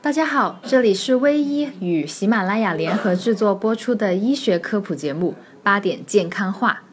大家好，这里是微医与喜马拉雅联合制作播出的医学科普节目《8点健康话》。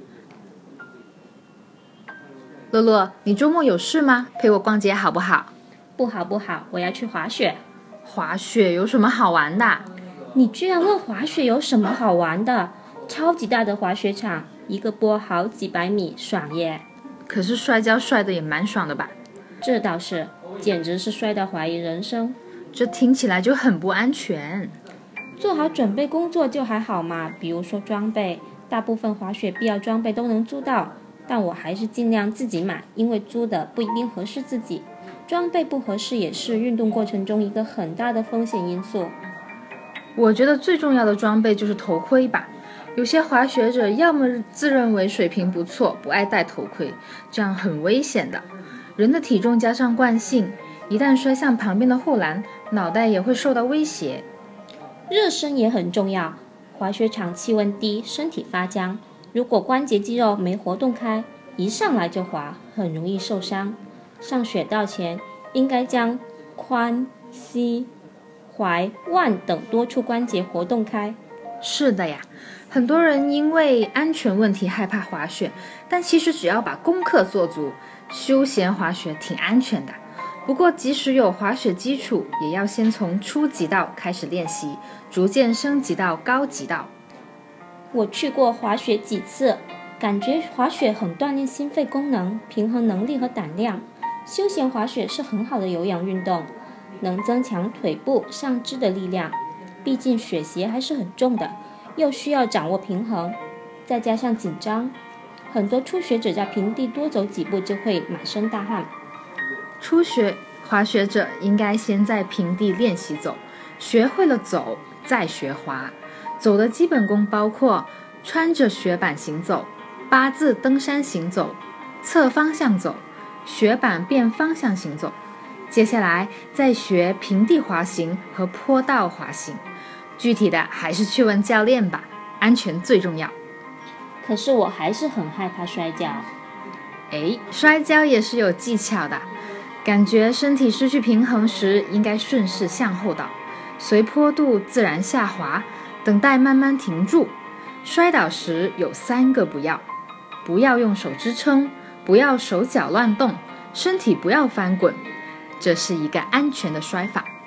乐乐，你周末有事吗？陪我逛街好不好？ 不好，我要去滑雪。 滑雪有什么好玩的？ 你居然问滑雪有什么好玩的？超级大的滑雪场，一个坡好几百米，爽耶！ 可是摔跤摔得也蛮爽的吧？ 这倒是，简直是摔到怀疑人生。 这听起来就很不安全。 做好准备工作就还好嘛，比如说装备，大部分滑雪必要装备都能租到，但我还是尽量自己买，因为租的不一定合适自己。装备不合适也是运动过程中一个很大的风险因素。 我觉得最重要的装备就是头盔吧。有些滑雪者要么自认为水平不错，不爱戴头盔，这样很危险的。人的体重加上惯性，一旦摔向旁边的护栏，脑袋也会受到威胁。 热身也很重要，滑雪场气温低，身体发僵，如果关节肌肉没活动开，一上来就滑，很容易受伤。上雪道前，应该将髋、膝、踝、腕等多处关节活动开。 是的呀，很多人因为安全问题害怕滑雪，但其实只要把功课做足，休闲滑雪挺安全的。不过即使有滑雪基础，也要先从初级道开始练习，逐渐升级到高级道。 我去过滑雪几次，感觉滑雪很锻炼心肺功能、平衡能力和胆量。休闲滑雪是很好的有氧运动，能增强腿部、上肢的力量。毕竟雪鞋还是很重的，又需要掌握平衡，再加上紧张，很多初学者在平地多走几步就会满身大汗。 初学滑雪者应该先在平地练习走，学会了走再学滑。走的基本功包括穿着雪板行走、八字登山行走、侧方向走、雪板变方向行走。接下来再学平地滑行和坡道滑行，具体的还是去问教练吧，安全最重要。 可是我还是很害怕摔跤。 摔跤也是有技巧的，感觉身体失去平衡时，应该顺势向后倒，随坡度自然下滑，等待慢慢停住。摔倒时有3个不要：不要用手支撑，不要手脚乱动，身体不要翻滚。这是一个安全的摔法。